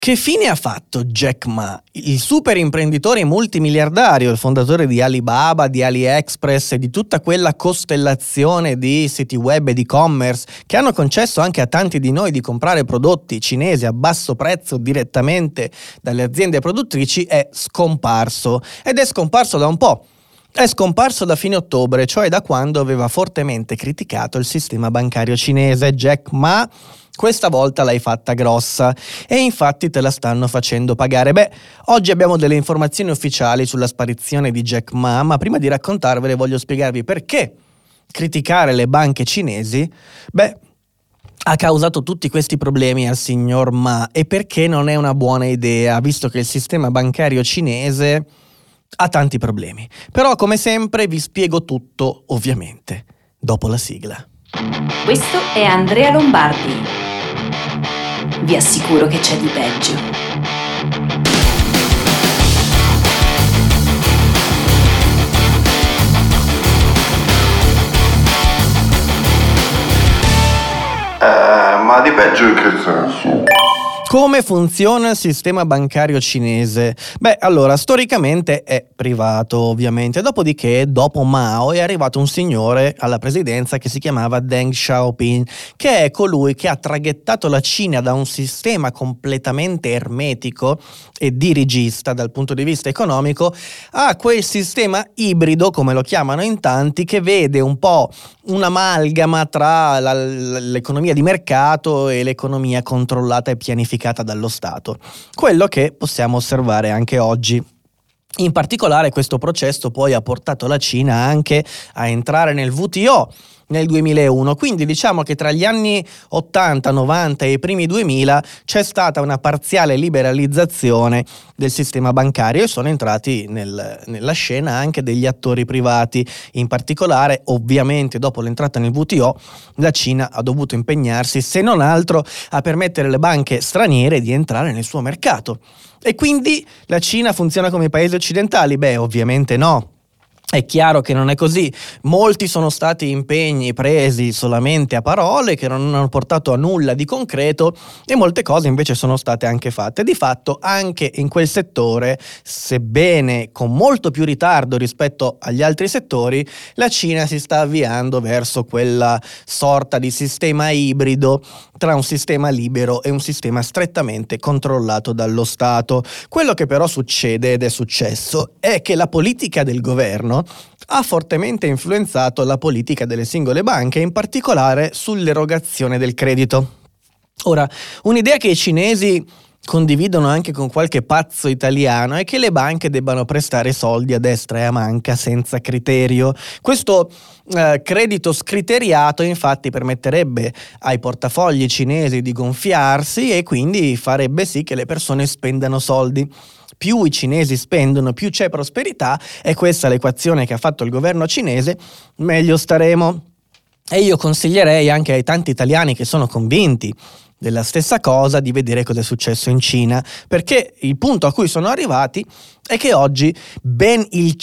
Che fine ha fatto Jack Ma, il super imprenditore multimiliardario, il fondatore di Alibaba, di AliExpress e di tutta quella costellazione di siti web e di e-commerce che hanno concesso anche a tanti di noi di comprare prodotti cinesi a basso prezzo direttamente dalle aziende produttrici, è scomparso. Ed è scomparso da un po'. È scomparso da fine ottobre, cioè da quando aveva fortemente criticato il sistema bancario cinese. Jack Ma, questa volta l'hai fatta grossa e infatti te la stanno facendo pagare. Oggi abbiamo delle informazioni ufficiali sulla sparizione di Jack Ma prima di raccontarvele voglio spiegarvi perché criticare le banche cinesi, ha causato tutti questi problemi al signor Ma e perché non è una buona idea, visto che il sistema bancario cinese ha tanti problemi. Però come sempre vi spiego tutto, ovviamente, dopo la sigla. Questo è Andrea Lombardi. Vi assicuro che c'è di peggio. Ma di peggio in che senso? Come funziona il sistema bancario cinese? Allora, storicamente è privato, ovviamente. Dopodiché, dopo Mao, è arrivato un signore alla presidenza che si chiamava Deng Xiaoping, che è colui che ha traghettato la Cina da un sistema completamente ermetico e dirigista dal punto di vista economico a quel sistema ibrido, come lo chiamano in tanti, che vede un po' un'amalgama tra l'economia di mercato e l'economia controllata e pianificata dallo Stato. Quello che possiamo osservare anche oggi. In particolare questo processo poi ha portato la Cina anche a entrare nel WTO nel 2001, quindi diciamo che tra gli anni 80, 90 e i primi 2000 c'è stata una parziale liberalizzazione del sistema bancario e sono entrati nella scena anche degli attori privati. In particolare, ovviamente, dopo l'entrata nel WTO, la Cina ha dovuto impegnarsi, se non altro, a permettere alle banche straniere di entrare nel suo mercato. E quindi la Cina funziona come i paesi occidentali? Ovviamente no. È chiaro che non è così. Molti sono stati impegni presi solamente a parole che non hanno portato a nulla di concreto e molte cose invece sono state anche fatte. Di fatto anche in quel settore, sebbene con molto più ritardo rispetto agli altri settori, la Cina si sta avviando verso quella sorta di sistema ibrido tra un sistema libero e un sistema strettamente controllato dallo Stato. Quello che però succede, ed è successo, è che la politica del governo ha fortemente influenzato la politica delle singole banche, in particolare sull'erogazione del credito. Ora, un'idea che i cinesi condividono anche con qualche pazzo italiano è che le banche debbano prestare soldi a destra e a manca senza criterio. Questo credito scriteriato infatti permetterebbe ai portafogli cinesi di gonfiarsi e quindi farebbe sì che le persone spendano soldi. Più i cinesi spendono, più c'è prosperità, e questa è l'equazione che ha fatto il governo cinese, meglio staremo. E io consiglierei anche ai tanti italiani che sono convinti della stessa cosa di vedere cosa è successo in Cina, perché il punto a cui sono arrivati è che oggi ben il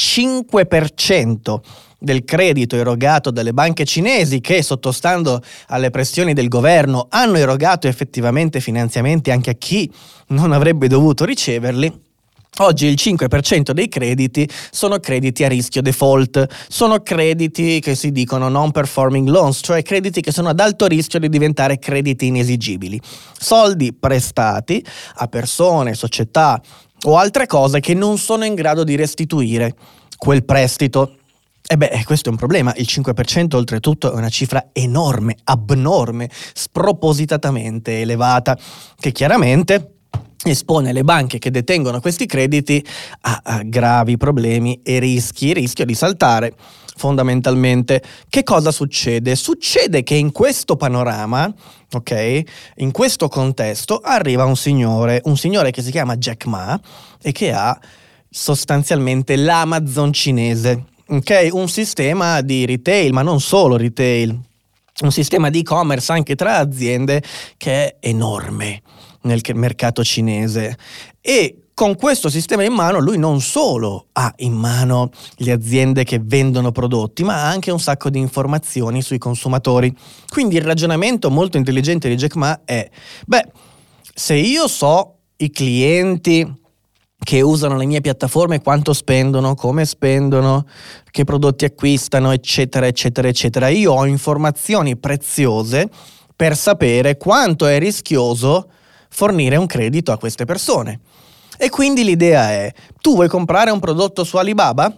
5% del credito erogato dalle banche cinesi, che sottostando alle pressioni del governo hanno erogato effettivamente finanziamenti anche a chi non avrebbe dovuto riceverli, oggi il 5% dei crediti sono crediti a rischio default, sono crediti che si dicono non performing loans, cioè crediti che sono ad alto rischio di diventare crediti inesigibili. Soldi prestati a persone, società o altre cose che non sono in grado di restituire quel prestito. Questo è un problema. Il 5% oltretutto è una cifra enorme, abnorme, spropositatamente elevata, che chiaramente espone le banche che detengono questi crediti a gravi problemi e rischio di saltare. Fondamentalmente, che cosa succede? Succede che in questo panorama, ok, in questo contesto, arriva un signore che si chiama Jack Ma e che ha sostanzialmente l'Amazon cinese, ok? Un sistema di retail, ma non solo retail, un sistema di e-commerce anche tra aziende che è enorme nel mercato cinese. E con questo sistema in mano lui non solo ha in mano le aziende che vendono prodotti, ma ha anche un sacco di informazioni sui consumatori. Quindi il ragionamento molto intelligente di Jack Ma è: se io so i clienti che usano le mie piattaforme quanto spendono, come spendono, che prodotti acquistano, eccetera, eccetera, eccetera. Io ho informazioni preziose per sapere quanto è rischioso fornire un credito a queste persone. E quindi l'idea è: tu vuoi comprare un prodotto su Alibaba?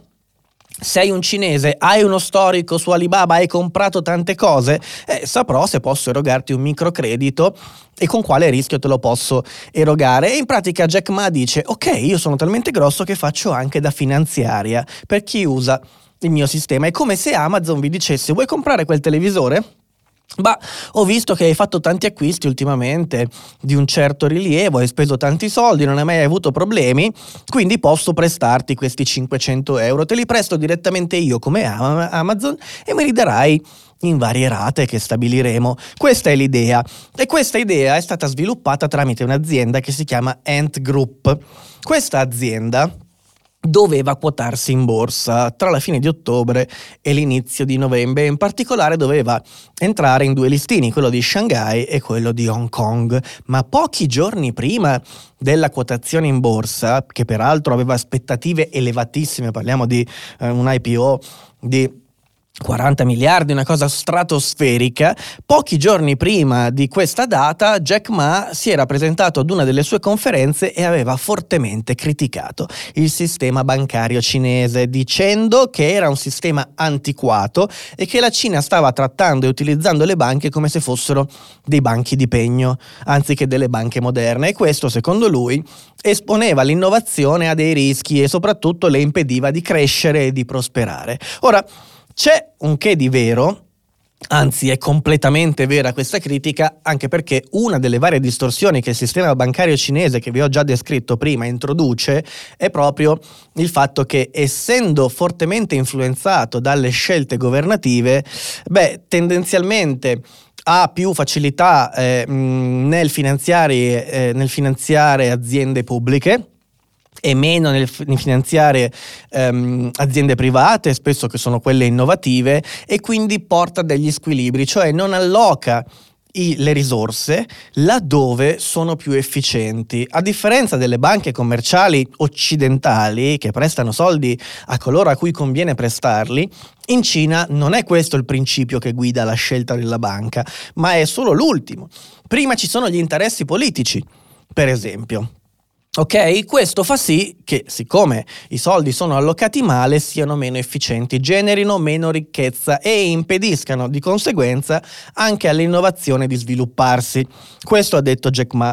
Sei un cinese, hai uno storico su Alibaba, hai comprato tante cose, saprò se posso erogarti un microcredito e con quale rischio te lo posso erogare. E in pratica Jack Ma dice: ok, io sono talmente grosso che faccio anche da finanziaria per chi usa il mio sistema. È come se Amazon vi dicesse: vuoi comprare quel televisore? Bah, ho visto che hai fatto tanti acquisti ultimamente di un certo rilievo, hai speso tanti soldi, non hai mai avuto problemi, quindi posso prestarti questi 500 euro, te li presto direttamente io come Amazon e me li darai in varie rate che stabiliremo. Questa è l'idea, e questa idea è stata sviluppata tramite un'azienda che si chiama Ant Group. Questa azienda doveva quotarsi in borsa tra la fine di ottobre e l'inizio di novembre. In particolare doveva entrare in 2 listini, quello di Shanghai e quello di Hong Kong, ma pochi giorni prima della quotazione in borsa, che peraltro aveva aspettative elevatissime, parliamo di un IPO di 40 miliardi, una cosa stratosferica, pochi giorni prima di questa data Jack Ma si era presentato ad una delle sue conferenze e aveva fortemente criticato il sistema bancario cinese, dicendo che era un sistema antiquato e che la Cina stava trattando e utilizzando le banche come se fossero dei banchi di pegno anziché delle banche moderne, e questo, secondo lui, esponeva l'innovazione a dei rischi e soprattutto le impediva di crescere e di prosperare. Ora, c'è un che di vero, anzi è completamente vera questa critica, anche perché una delle varie distorsioni che il sistema bancario cinese, che vi ho già descritto prima, introduce è proprio il fatto che, essendo fortemente influenzato dalle scelte governative, tendenzialmente ha più facilità nel finanziare aziende pubbliche e meno nel finanziare aziende private, spesso che sono quelle innovative, e quindi porta degli squilibri, cioè non alloca le risorse laddove sono più efficienti. A differenza delle banche commerciali occidentali che prestano soldi a coloro a cui conviene prestarli, in Cina non è questo il principio che guida la scelta della banca, ma è solo l'ultimo. Prima ci sono gli interessi politici, per esempio. Ok, questo fa sì che, siccome i soldi sono allocati male, siano meno efficienti, generino meno ricchezza e impediscano di conseguenza anche all'innovazione di svilupparsi. Questo ha detto Jack Ma.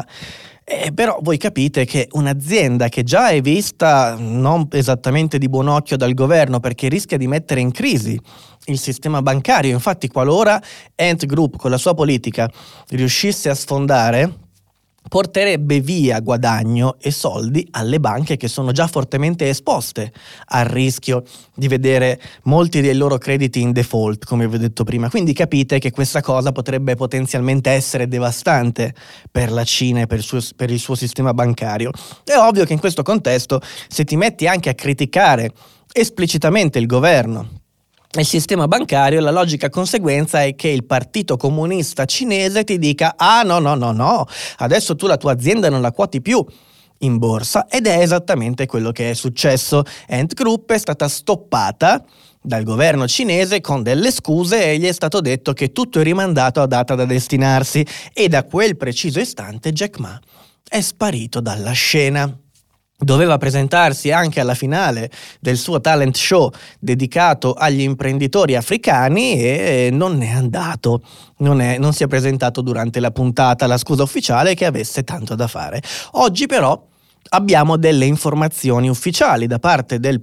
Però voi capite che un'azienda che già è vista non esattamente di buon occhio dal governo perché rischia di mettere in crisi il sistema bancario, infatti qualora Ant Group con la sua politica riuscisse a sfondare, porterebbe via guadagno e soldi alle banche che sono già fortemente esposte al rischio di vedere molti dei loro crediti in default, come vi ho detto prima. Quindi capite che questa cosa potrebbe potenzialmente essere devastante per la Cina e per il suo sistema bancario. È ovvio che in questo contesto, se ti metti anche a criticare esplicitamente il governo e il sistema bancario, la logica conseguenza è che il Partito Comunista Cinese ti dica: ah no, adesso tu la tua azienda non la quoti più in borsa, ed è esattamente quello che è successo. Ant Group è stata stoppata dal governo cinese con delle scuse e gli è stato detto che tutto è rimandato a data da destinarsi, e da quel preciso istante Jack Ma è sparito dalla scena. Doveva presentarsi anche alla finale del suo talent show dedicato agli imprenditori africani e non è andato, non si è presentato durante la puntata. La scusa ufficiale è che avesse tanto da fare. Oggi però abbiamo delle informazioni ufficiali da parte del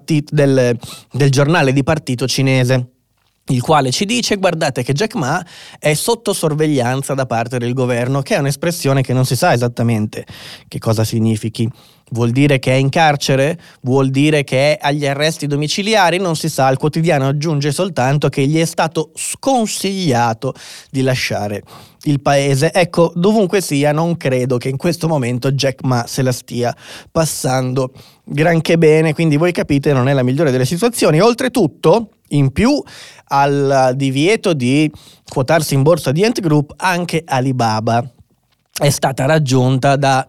giornale di partito cinese, il quale ci dice: guardate che Jack Ma è sotto sorveglianza da parte del governo, che è un'espressione che non si sa esattamente che cosa significhi. Vuol dire che è in carcere? Vuol dire che è agli arresti domiciliari? Non si sa. Il quotidiano aggiunge soltanto che gli è stato sconsigliato di lasciare il paese. Ecco, dovunque sia, non credo che in questo momento Jack Ma se la stia passando granché bene, quindi voi capite, non è la migliore delle situazioni. Oltretutto, in più al divieto di quotarsi in borsa di Ant Group, anche Alibaba è stata raggiunta da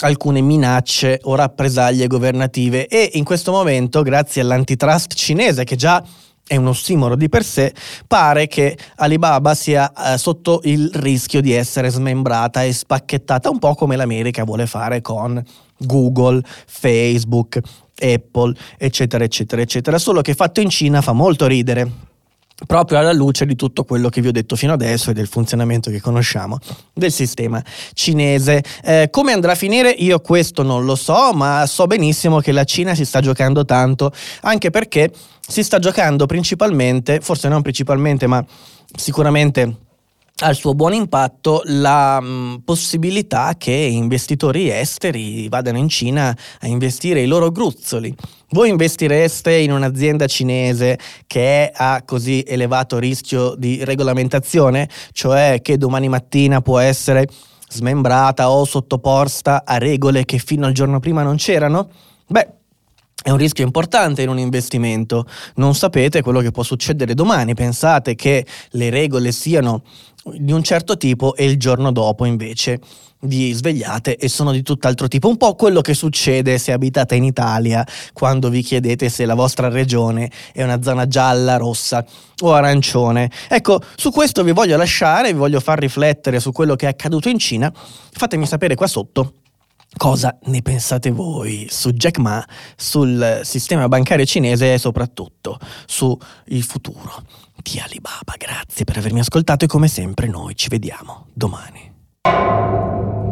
alcune minacce o rappresaglie governative, e in questo momento, grazie all'antitrust cinese, che già è un ossimoro di per sé, pare che Alibaba sia sotto il rischio di essere smembrata e spacchettata, un po' come l'America vuole fare con Google, Facebook, Apple, eccetera, eccetera, eccetera. Solo che fatto in Cina fa molto ridere, proprio alla luce di tutto quello che vi ho detto fino adesso e del funzionamento che conosciamo del sistema cinese. Come andrà a finire io questo non lo so, ma so benissimo che la Cina si sta giocando tanto, anche perché si sta giocando principalmente, forse non principalmente, ma sicuramente al suo buon impatto, la possibilità che investitori esteri vadano in Cina a investire i loro gruzzoli. Voi investireste in un'azienda cinese che è a così elevato rischio di regolamentazione, cioè che domani mattina può essere smembrata o sottoposta a regole che fino al giorno prima non c'erano? Beh, è un rischio importante in un investimento. Non sapete quello che può succedere domani. Pensate che le regole siano di un certo tipo e il giorno dopo invece vi svegliate e sono di tutt'altro tipo. Un po' quello che succede se abitate in Italia, quando vi chiedete se la vostra regione è una zona gialla, rossa o arancione. Ecco, su questo vi voglio lasciare, vi voglio far riflettere su quello che è accaduto in Cina. Fatemi sapere qua sotto cosa ne pensate voi su Jack Ma, sul sistema bancario cinese e soprattutto sul futuro di Alibaba. Grazie per avermi ascoltato e come sempre noi ci vediamo domani.